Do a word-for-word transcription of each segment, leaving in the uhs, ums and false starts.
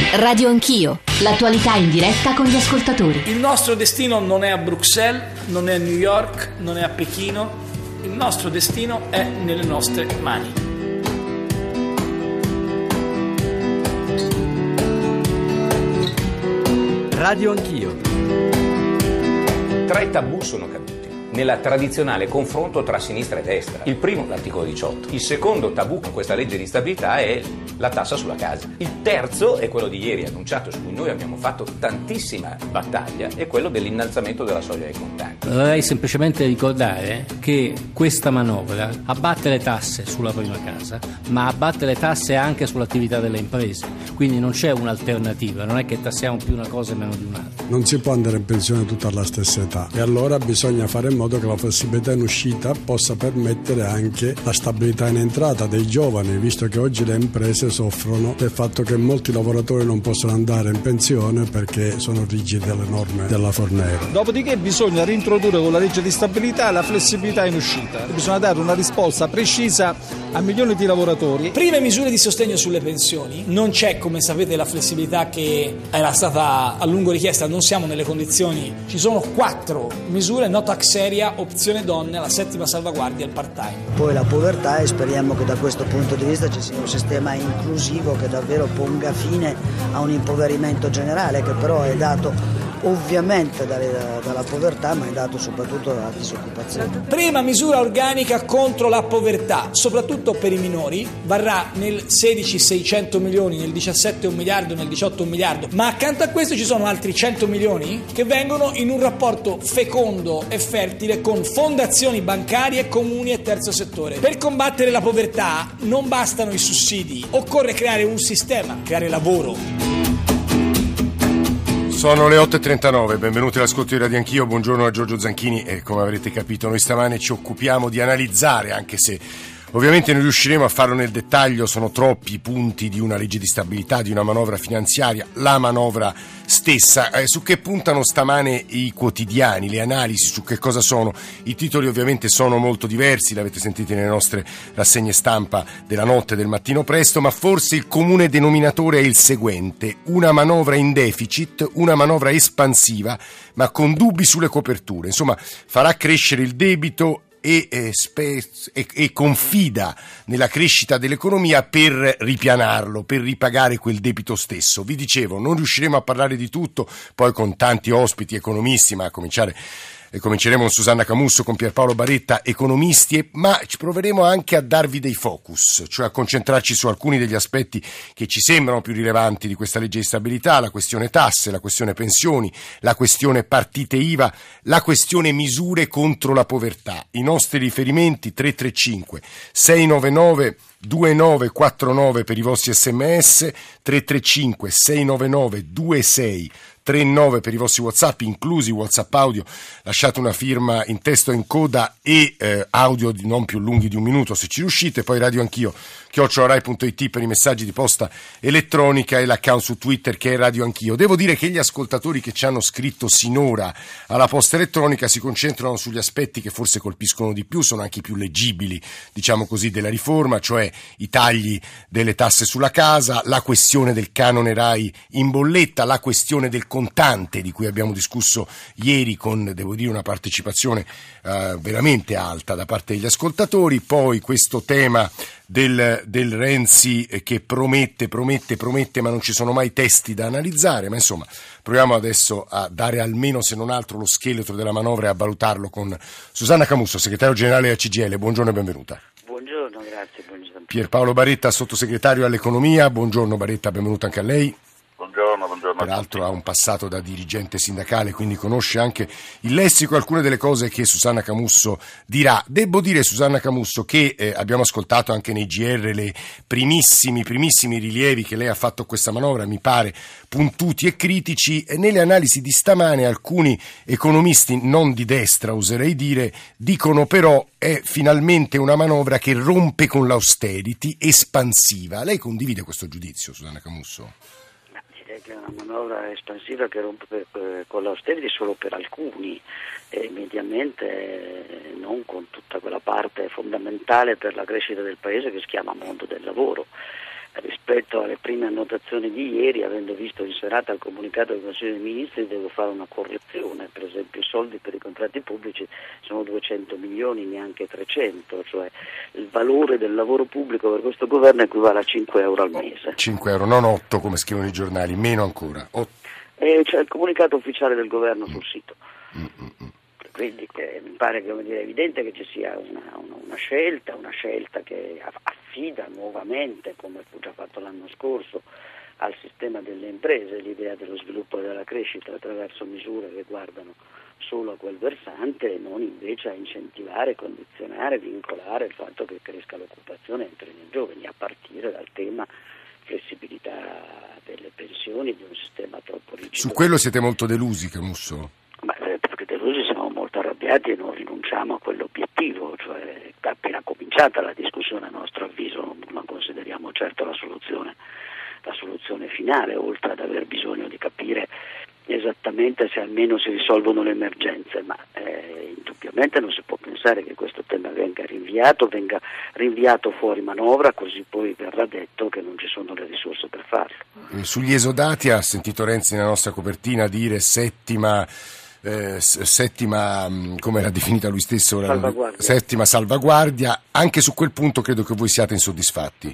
Radio Anch'io, l'attualità in diretta con gli ascoltatori. Il nostro destino non è a Bruxelles, non è a New York, non è a Pechino. Il nostro destino è nelle nostre mani. Radio Anch'io. Tre tabù sono caduti nella tradizionale confronto tra sinistra e destra. Il primo, l'articolo diciotto. Il secondo tabù con questa legge di stabilità è la tassa sulla casa. Il terzo è quello di ieri annunciato, su cui noi abbiamo fatto tantissima battaglia, è quello dell'innalzamento della soglia dei contanti. Vorrei semplicemente ricordare che questa manovra abbatte le tasse sulla prima casa, ma abbatte le tasse anche sull'attività delle imprese, quindi non c'è un'alternativa, non è che tassiamo più una cosa e meno di un'altra. Non si può andare in pensione tutta alla stessa età e allora bisogna fare in modo che la flessibilità in uscita possa permettere anche la stabilità in entrata dei giovani, visto che oggi le imprese soffrono del fatto che molti lavoratori non possono andare in pensione perché sono rigide le norme della Fornero. Dopodiché bisogna reintrodurre con la legge di stabilità la flessibilità in uscita. Bisogna dare una risposta precisa a milioni di lavoratori. Prime misure di sostegno sulle pensioni. Non c'è, come sapete, la flessibilità che era stata a lungo richiesta, non siamo nelle condizioni. Ci sono quattro misure: no tax area, opzione donne, la settima salvaguardia e il part-time. Poi la povertà, e speriamo che da questo punto di vista ci sia un sistema inclusivo che davvero ponga fine a un impoverimento generale, che però è dato ovviamente dalle, dalla povertà, ma è dato soprattutto dalla disoccupazione. Prima misura organica contro la povertà, soprattutto per i minori, varrà nel sedici seicento milioni, nel diciassette un miliardo, nel diciotto un miliardo, ma accanto a questo ci sono altri cento milioni che vengono in un rapporto fecondo e fertile con fondazioni bancarie, comuni e terzo settore. Per combattere la povertà non bastano i sussidi, occorre creare un sistema, creare lavoro. Sono le otto e trentanove, benvenuti all'ascolto di Radio Anch'io, buongiorno a Giorgio Zanchini e come avrete capito noi stamane ci occupiamo di analizzare, anche se ovviamente non riusciremo a farlo nel dettaglio, sono troppi i punti di una legge di stabilità, di una manovra finanziaria, la manovra stessa. Eh, su che puntano stamane i quotidiani, le analisi, su che cosa sono? I titoli ovviamente sono molto diversi, l'avete sentito nelle nostre rassegne stampa della notte e del mattino presto, ma forse il comune denominatore è il seguente: una manovra in deficit, una manovra espansiva, ma con dubbi sulle coperture. Insomma, farà crescere il debito E, e, e, e confida nella crescita dell'economia per ripianarlo, per ripagare quel debito stesso. Vi dicevo, non riusciremo a parlare di tutto, poi con tanti ospiti economisti, ma a cominciare e cominceremo con Susanna Camusso, con Pierpaolo Baretta, economisti, ma ci proveremo anche a darvi dei focus, cioè a concentrarci su alcuni degli aspetti che ci sembrano più rilevanti di questa legge di stabilità: la questione tasse, la questione pensioni, la questione partite I V A, la questione misure contro la povertà. I nostri riferimenti: tre tre cinque sei nove nove due nove quattro nove per i vostri sms, tre tre cinque sei nove nove due sei tre nove per i vostri WhatsApp, inclusi WhatsApp audio. Lasciate una firma in testo, in coda e eh, audio di non più lunghi di un minuto se ci riuscite. Poi Radio Anch'io chiocciola rai punto it per i messaggi di posta elettronica e l'account su Twitter che è Radio Anch'io. Devo dire che gli ascoltatori che ci hanno scritto sinora alla posta elettronica si concentrano sugli aspetti che forse colpiscono di più, sono anche più leggibili, diciamo così, della riforma, cioè i tagli delle tasse sulla casa, la questione del canone Rai in bolletta, la questione del contante di cui abbiamo discusso ieri con, devo dire, una partecipazione uh, veramente alta da parte degli ascoltatori. Poi questo tema del, del Renzi che promette, promette, promette ma non ci sono mai testi da analizzare, ma insomma proviamo adesso a dare almeno, se non altro, lo scheletro della manovra e a valutarlo con Susanna Camusso, segretario generale della C G I L. Buongiorno e benvenuta. Buongiorno, grazie. Buongiorno. Pierpaolo Baretta, sottosegretario all'economia. Buongiorno Baretta, benvenuto anche a lei. Buongiorno, buongiorno. Peraltro ha un passato da dirigente sindacale, quindi conosce anche il lessico e alcune delle cose che Susanna Camusso dirà. Devo dire, Susanna Camusso, che eh, abbiamo ascoltato anche nei G R le primissimi, primissimi rilievi che lei ha fatto a questa manovra, mi pare puntuti e critici, e nelle analisi di stamane alcuni economisti, non di destra oserei dire, dicono però è finalmente una manovra che rompe con l'austerity, espansiva. Lei condivide questo giudizio, Susanna Camusso? Che è una manovra espansiva che rompe per, per, con l'austerity solo per alcuni, e mediamente eh, non con tutta quella parte fondamentale per la crescita del paese che si chiama mondo del lavoro. rispetto alle prime annotazioni di ieri, avendo visto in serata il comunicato del Consiglio dei Ministri, devo fare una correzione. Per esempio i soldi per i contratti pubblici sono duecento milioni, neanche trecento, cioè il valore del lavoro pubblico per questo governo equivale a cinque euro al mese. cinque euro, non otto come scrivono i giornali, meno ancora. E c'è il comunicato ufficiale del governo sul sito. Mm-mm. Quindi eh, mi pare che, come dire, è evidente che ci sia una, una, una scelta, una scelta che affida nuovamente, come fu già fatto l'anno scorso, al sistema delle imprese l'idea dello sviluppo e della crescita attraverso misure che guardano solo a quel versante e non invece a incentivare, condizionare, vincolare il fatto che cresca l'occupazione e entrino i giovani, a partire dal tema flessibilità delle pensioni di un sistema troppo rigido. Su quello siete molto delusi, Camusso? Ma perché delusi siamo molto arrabbiati e non rinunciamo a quell'obiettivo, cioè appena cominciata la discussione a nostro avviso non, non consideriamo certo la soluzione, la soluzione finale, oltre ad aver bisogno di capire esattamente se almeno si risolvono le emergenze, ma eh, indubbiamente non si può pensare che questo tema venga rinviato, venga rinviato fuori manovra, così poi verrà detto che non ci sono le risorse per farlo. Eh, sugli esodati ha sentito Renzi nella nostra copertina dire settima Eh, settima, come era definita lui stesso, salvaguardia. settima salvaguardia, anche su quel punto credo che voi siate insoddisfatti.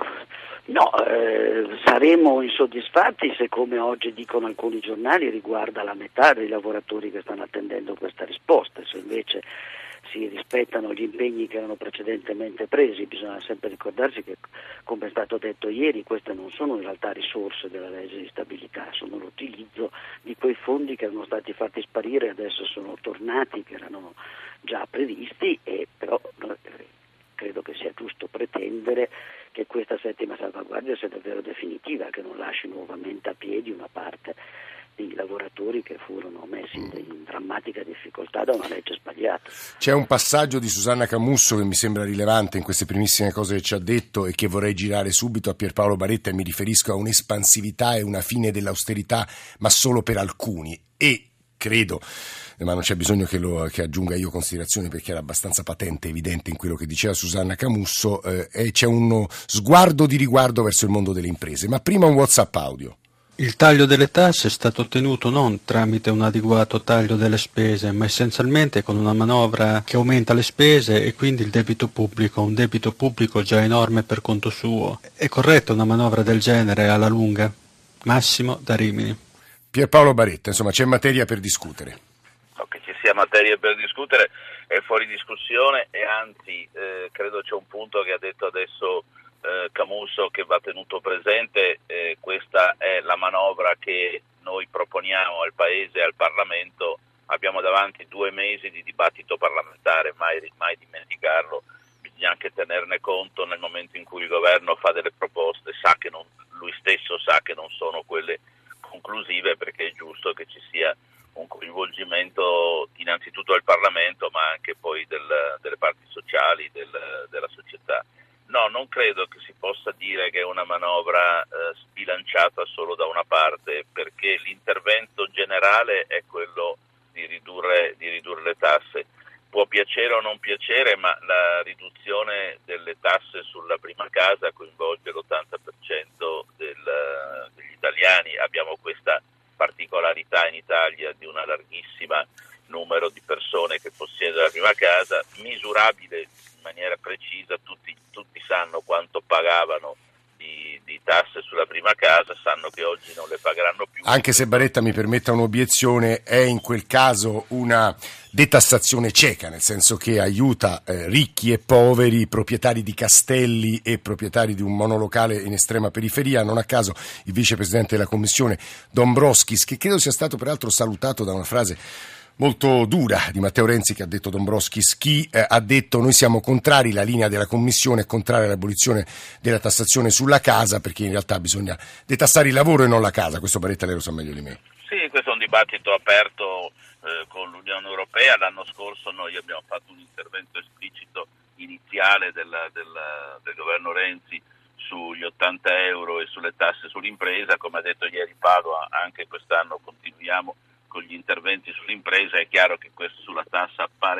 No, eh, saremo insoddisfatti se, come oggi dicono alcuni giornali, riguarda la metà dei lavoratori che stanno attendendo questa risposta. Se invece si rispettano gli impegni che erano precedentemente presi, bisogna sempre ricordarsi che, come è stato detto ieri, queste non sono in realtà risorse della legge di stabilità, sono l'utilizzo di quei fondi che erano stati fatti sparire e adesso sono tornati, che erano già previsti, e però eh, credo che sia giusto pretendere che questa settima salvaguardia sia davvero definitiva, che non lasci nuovamente a piedi una parte di lavoratori che furono messi in, in drammatica difficoltà da una legge sbagliata. C'è un passaggio di Susanna Camusso che mi sembra rilevante in queste primissime cose che ci ha detto e che vorrei girare subito a Pierpaolo Baretta, e mi riferisco a un'espansività e una fine dell'austerità, ma solo per alcuni, e credo, ma non c'è bisogno che, lo, che aggiunga io considerazioni perché era abbastanza patente, evidente in quello che diceva Susanna Camusso, eh, e c'è uno sguardo di riguardo verso il mondo delle imprese. Ma prima un WhatsApp audio. Il taglio delle tasse è stato ottenuto non tramite un adeguato taglio delle spese, ma essenzialmente con una manovra che aumenta le spese e quindi il debito pubblico, un debito pubblico già enorme per conto suo. È corretta una manovra del genere alla lunga? Massimo da Rimini. Pierpaolo Baretta, insomma, c'è materia per discutere. No, che ci sia materia per discutere è fuori discussione, e anzi eh, credo c'è un punto che ha detto adesso Eh, Camusso che va tenuto presente. Eh, questa è la manovra che noi proponiamo al Paese e al Parlamento. Abbiamo davanti due mesi di dibattito parlamentare, mai, mai dimenticarlo. Bisogna anche tenerne conto nel momento in cui il governo fa delle proposte, sa che non, lui stesso sa che non sono quelle conclusive, perché è giusto che ci sia un coinvolgimento innanzitutto del Parlamento, ma anche poi del, delle parti sociali, del, della società. No, non credo che si possa dire che è una manovra eh, sbilanciata solo da una parte, perché l'intervento generale è quello di ridurre, di ridurre le tasse. Può piacere o non piacere, ma la riduzione delle tasse sulla prima casa coinvolge l'ottanta per cento del, degli italiani. Abbiamo questa particolarità in Italia di una larghissima numero di persone che possiedono la prima casa, misurabile in maniera precisa. Tutti, tutti sanno quanto pagavano di, di tasse sulla prima casa, sanno che oggi non le pagheranno più. Anche se Baretta mi permetta un'obiezione, è in quel caso una detassazione cieca, nel senso che aiuta eh, ricchi e poveri, proprietari di castelli e proprietari di un monolocale in estrema periferia. Non a caso il vicepresidente della Commissione Dombrovskis, che credo sia stato peraltro salutato da una frase molto dura di Matteo Renzi, che ha detto Dombrovskis, chi eh, ha detto noi siamo contrari, la linea della Commissione è contraria all'abolizione della tassazione sulla casa, perché in realtà bisogna detassare il lavoro e non la casa. Questo Baretta lei lo sa meglio di me. Sì, questo è un dibattito aperto eh, con l'Unione Europea. L'anno scorso noi abbiamo fatto un intervento esplicito iniziale del, del, del governo Renzi sugli ottanta euro e sulle tasse sull'impresa. Come ha detto ieri Padova, anche quest'anno continuiamo con gli interventi sull'impresa. È chiaro che questo sulla tassa appare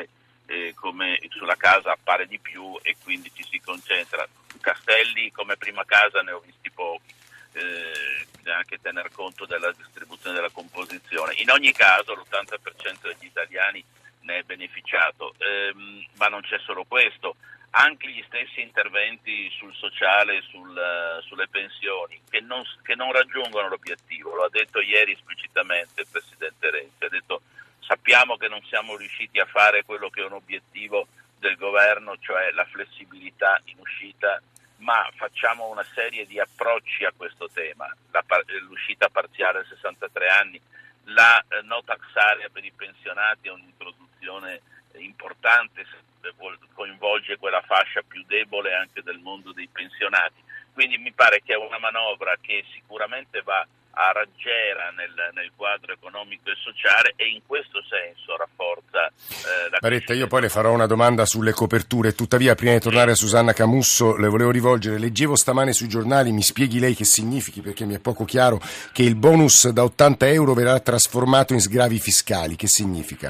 eh, come sulla casa appare di più e quindi ci si concentra. Castelli come prima casa ne ho visti pochi, eh, bisogna anche tener conto della distribuzione della composizione. In ogni caso l'ottanta per cento degli italiani ne è beneficiato, ehm, ma non c'è solo questo, anche gli stessi interventi sul sociale, sul, uh, sulle pensioni che non, che non raggiungono l'obiettivo, lo ha detto ieri esplicitamente il Presidente Renzi, ha detto sappiamo che non siamo riusciti a fare quello che è un obiettivo del governo, cioè la flessibilità in uscita, ma facciamo una serie di approcci a questo tema, la, l'uscita parziale a sessantatré anni, la eh, no tax area per i pensionati è un'introduzione eh, importante, se coinvolge quella fascia più debole anche del mondo dei pensionati, quindi mi pare che è una manovra che sicuramente va a raggiera nel, nel quadro economico e sociale e in questo senso rafforza eh, la Baretta, io poi le farò una domanda sulle coperture, tuttavia prima di tornare a Susanna Camusso le volevo rivolgere, leggevo stamane sui giornali, mi spieghi lei che significhi perché mi è poco chiaro, che il bonus da ottanta euro verrà trasformato in sgravi fiscali, che significa?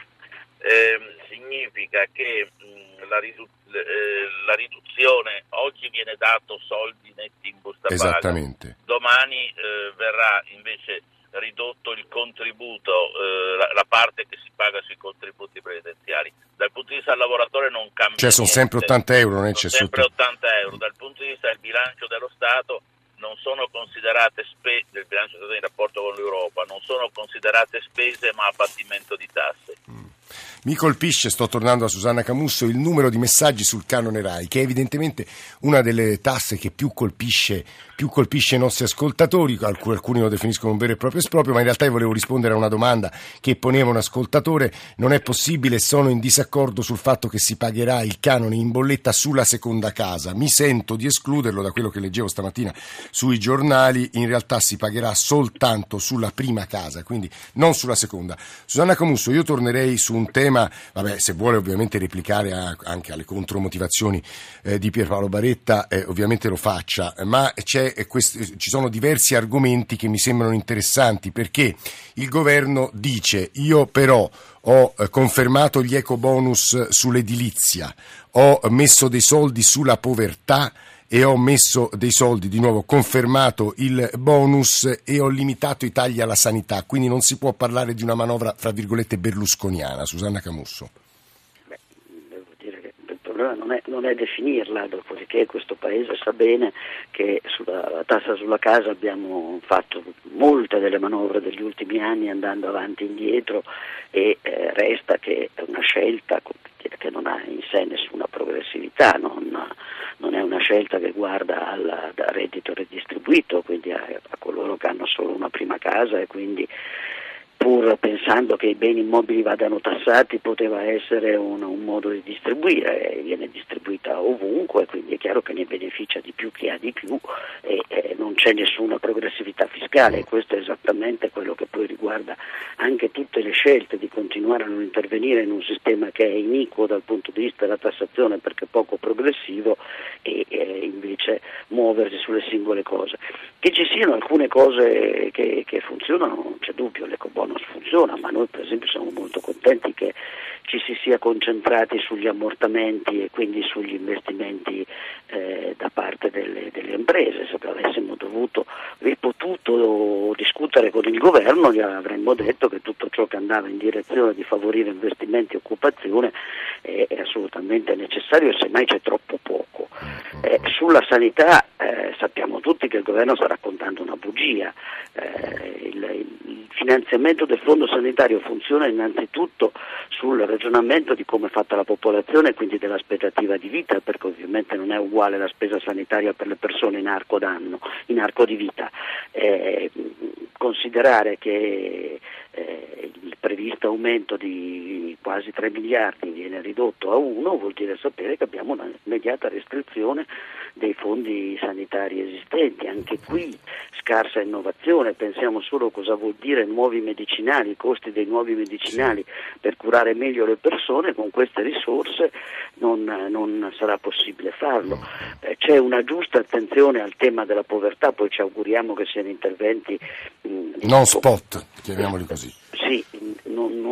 Eh, significa che mh, la riduzione la riduzione, oggi viene dato soldi netti in busta paga, esattamente. Domani eh, verrà invece ridotto il contributo, eh, la, la parte che si paga sui contributi previdenziali. Dal punto di vista del lavoratore non cambia cioè sono niente. sempre ottanta euro, non è c'è sono sempre sotto... ottanta euro. Dal punto di vista del bilancio dello Stato non sono considerate spese del bilancio dello Stato in rapporto con l'Europa, non sono considerate spese ma abbattimento di tasse. Mm. Mi colpisce, sto tornando a Susanna Camusso, il numero di messaggi sul canone RAI, che è evidentemente una delle tasse che più colpisce, più colpisce i nostri ascoltatori, alcuni lo definiscono un vero e proprio esproprio, ma in realtà io volevo rispondere a una domanda che poneva un ascoltatore, non è possibile, sono in disaccordo sul fatto che si pagherà il canone in bolletta sulla seconda casa, mi sento di escluderlo da quello che leggevo stamattina sui giornali, in realtà si pagherà soltanto sulla prima casa, quindi non sulla seconda. Susanna Camusso, io tornerei su un tema, vabbè, se vuole ovviamente replicare a, anche alle contromotivazioni eh, di Pierpaolo Baretta, eh, ovviamente lo faccia, ma c'è, eh, quest- ci sono diversi argomenti che mi sembrano interessanti, perché il governo dice io però ho eh, confermato gli ecobonus sull'edilizia, ho messo dei soldi sulla povertà e ho messo dei soldi, di nuovo confermato il bonus e ho limitato i tagli alla sanità, quindi non si può parlare di una manovra fra virgolette berlusconiana. Susanna Camusso. Beh, devo dire che il problema non è, non è definirla, dopodiché questo Paese sa bene che sulla tassa sulla casa abbiamo fatto molte delle manovre degli ultimi anni andando avanti e indietro e eh, resta che è una scelta che non ha in sé nessuna progressività, non, non è una scelta che guarda al, al reddito redistribuito, quindi a, a coloro che hanno solo una prima casa e quindi pur pensando che i beni immobili vadano tassati poteva essere un, un modo di distribuire, viene distribuita ovunque, quindi è chiaro che ne beneficia di più chi ha di più e, e non c'è nessuna progressività fiscale, questo è esattamente quello che poi riguarda anche tutte le scelte di continuare a non intervenire in un sistema che è iniquo dal punto di vista della tassazione perché poco progressivo e, e invece muoversi sulle singole cose. Che ci siano alcune cose che, che funzionano non c'è dubbio, l'ecobonus funziona, ma noi per esempio siamo molto contenti che ci si sia concentrati sugli ammortamenti e quindi sugli investimenti eh, da parte delle, delle imprese. Se avessimo dovuto e potuto discutere con il governo gli avremmo detto che tutto ciò che andava in direzione di favorire investimenti e occupazione è, è assolutamente necessario e semmai c'è troppo poco. Eh, sulla sanità eh, sappiamo tutti che il governo sta raccontando una bugia, eh, il, il finanziamento del fondo sanitario funziona innanzitutto sul ragionamento di come è fatta la popolazione e quindi dell'aspettativa di vita, perché ovviamente non è uguale la spesa sanitaria per le persone in arco d'anno, in arco di vita. Eh, considerare che eh, il previsto aumento di quasi tre miliardi viene ridotto a uno vuol dire sapere che abbiamo una immediata restrizione dei fondi sanitari esistenti, anche qui scarsa innovazione, pensiamo solo cosa vuol dire nuovi medicinali, i costi dei nuovi medicinali per curare meglio le persone, con queste risorse non, non sarà possibile farlo. Eh, c'è una giusta attenzione al tema della povertà, poi ci auguriamo che siano interventi mh, non spot, chiamiamoli così. Sì, non, non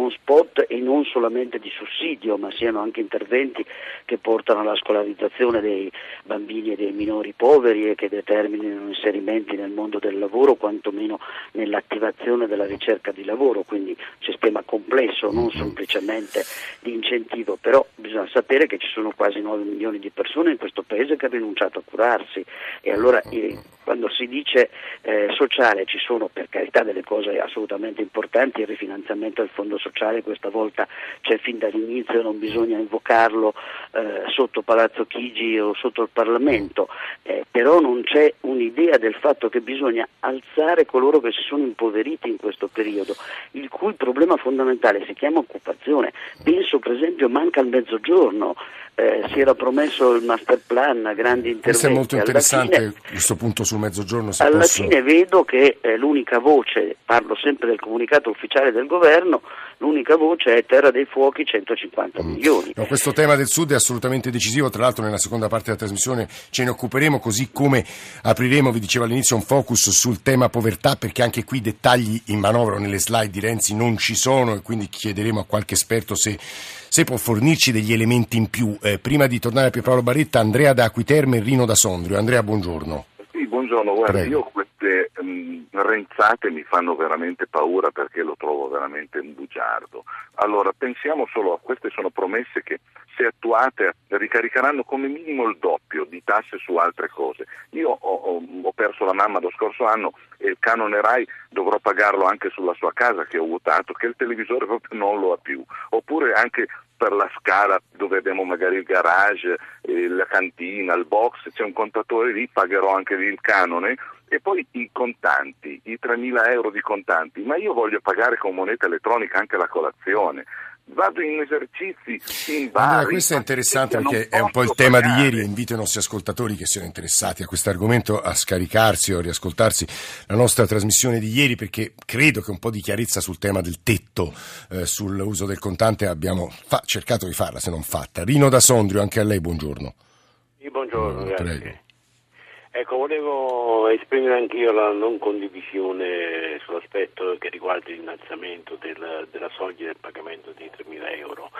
siano spot e non solamente di sussidio, ma siano anche interventi che portano alla scolarizzazione dei bambini e dei minori poveri e che determinino inserimenti nel mondo del lavoro, quantomeno nell'attivazione della ricerca di lavoro, quindi un sistema complesso, non semplicemente di incentivo, però bisogna sapere che ci sono quasi nove milioni di persone in questo paese che hanno rinunciato a curarsi e allora eh, quando si dice eh, sociale ci sono per carità delle cose assolutamente importanti, il rifinanziamento del fondo sociale questa volta c'è fin dall'inizio, non bisogna invocarlo eh, sotto Palazzo Chigi o sotto il Parlamento, eh, però non c'è un'idea del fatto che bisogna alzare coloro che si sono impoveriti in questo periodo, il cui problema fondamentale si chiama occupazione. Penso per esempio manca il mezzogiorno. Eh, si era promesso il master plan, grandi interventi. Questo è molto interessante, alla fine, questo punto sul mezzogiorno. Se alla posso... fine vedo che eh, l'unica voce, parlo sempre del comunicato ufficiale del governo, l'unica voce è Terra dei Fuochi, centocinquanta mm. milioni. No, questo tema del Sud è assolutamente decisivo, tra l'altro nella seconda parte della trasmissione ce ne occuperemo, così come apriremo, vi dicevo all'inizio, un focus sul tema povertà, perché anche qui dettagli in manovra o nelle slide di Renzi non ci sono e quindi chiederemo a qualche esperto se se può fornirci degli elementi in più. Eh, prima di tornare a Pierpaolo Baretta, Andrea da Acquiterme e Rino da Sondrio. Andrea, buongiorno. Sì, buongiorno. Guarda, Prego. io queste um, renzate mi fanno veramente paura perché lo trovo veramente un bugiardo. Allora, pensiamo solo a queste, sono promesse che se attuate ricaricheranno come minimo il doppio di tasse su altre cose. Io ho, ho, ho perso la mamma lo scorso anno e il canone Rai dovrò pagarlo anche sulla sua casa che ho votato, che il televisore proprio non lo ha più, oppure anche per la scala dove abbiamo magari il garage, eh, la cantina, il box, c'è un contatore lì, pagherò anche lì il canone. E poi i contanti, i tremila euro di contanti, ma io voglio pagare con moneta elettronica anche la colazione. Vado in esercizi, in bar. Allora, questo è interessante perché è un po' il tema di ieri. Invito i nostri ascoltatori che siano interessati a questo argomento a scaricarsi o a riascoltarsi la nostra trasmissione di ieri, perché credo che un po' di chiarezza sul tema del tetto eh, sull'uso del contante abbiamo fa- cercato di farla, se non fatta. Rino da Sondrio, anche a lei buongiorno. Sì, buongiorno, eh, grazie. Prego. Ecco, volevo esprimere anch'io la non condivisione sull'aspetto che riguarda l'innalzamento del, della soglia del pagamento di tremila euro.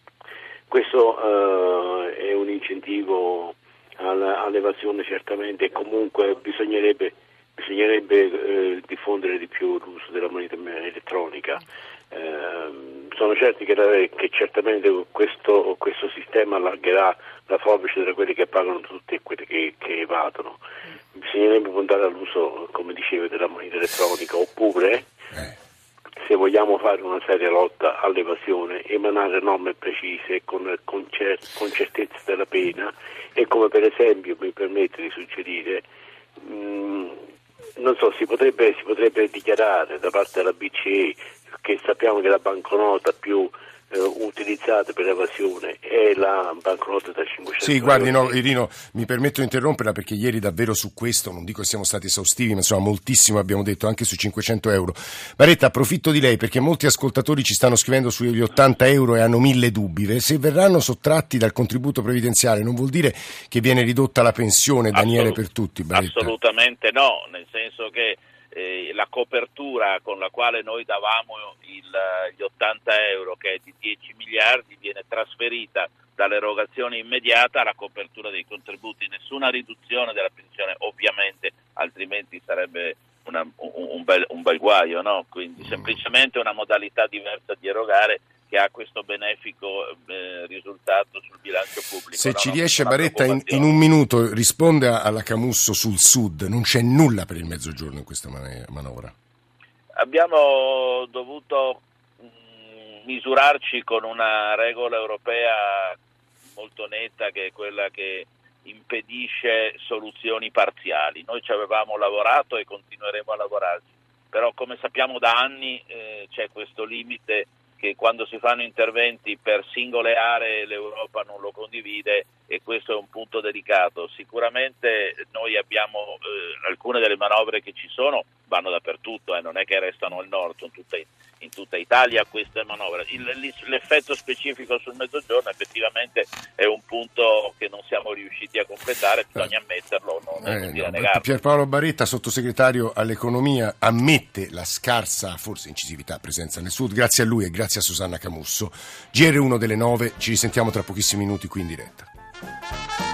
Questo eh, è un incentivo alla, all'evasione certamente, e comunque bisognerebbe, bisognerebbe eh, diffondere di più l'uso della moneta elettronica. Eh, sono certi che, che certamente questo, questo sistema allargherà la forbice tra quelli che pagano tutti e quelli che, che evadono. Bisognerebbe puntare all'uso, come dicevo, della moneta elettronica, oppure, se vogliamo fare una seria lotta all'evasione, emanare norme precise con, con, cer- con certezza della pena, e come per esempio mi permette di suggerire, mh, non so, si potrebbe, si potrebbe dichiarare da parte della B C E, che sappiamo che la banconota più eh, utilizzata per l'evasione è la banconota da cinquecento Sì, euro. guardi, no, Irino, mi permetto di interromperla perché ieri davvero su questo, non dico che siamo stati esaustivi, ma insomma moltissimo abbiamo detto, anche su cinquecento euro. Baretta, approfitto di lei perché molti ascoltatori ci stanno scrivendo sugli ottanta euro e hanno mille dubbi. Se verranno sottratti dal contributo previdenziale non vuol dire che viene ridotta la pensione, Daniele, per tutti, Baretta? Assolutamente no, nel senso che Eh, la copertura con la quale noi davamo il, gli ottanta euro, che è di dieci miliardi, viene trasferita dall'erogazione immediata alla copertura dei contributi, nessuna riduzione della pensione ovviamente, altrimenti sarebbe una, un, un, bel, un bel guaio, no? Quindi semplicemente una modalità diversa di erogare che ha questo benefico eh, risultato sul bilancio pubblico. Se no? ci no, riesce, Baretta, in, in un minuto risponde alla Camusso sul Sud. Non c'è nulla per il Mezzogiorno in questa man- manovra. Abbiamo dovuto mh, misurarci con una regola europea molto netta, che è quella che impedisce soluzioni parziali. Noi ci avevamo lavorato e continueremo a lavorarci, però come sappiamo da anni eh, c'è questo limite che quando si fanno interventi per singole aree l'Europa non lo condivide, e questo è un punto delicato. Sicuramente noi abbiamo eh, alcune delle manovre che ci sono vanno dappertutto, eh, non è che restano al nord, sono tutte in tutta Italia questa manovra. Il, l'effetto specifico sul Mezzogiorno effettivamente è un punto che non siamo riusciti a completare, bisogna ammetterlo, non è eh, no, negarlo. Pierpaolo Baretta, sottosegretario all'economia, ammette la scarsa, forse incisività, presenza nel Sud. Grazie a lui e grazie a Susanna Camusso. G R uno delle nove, ci risentiamo tra pochissimi minuti qui in diretta.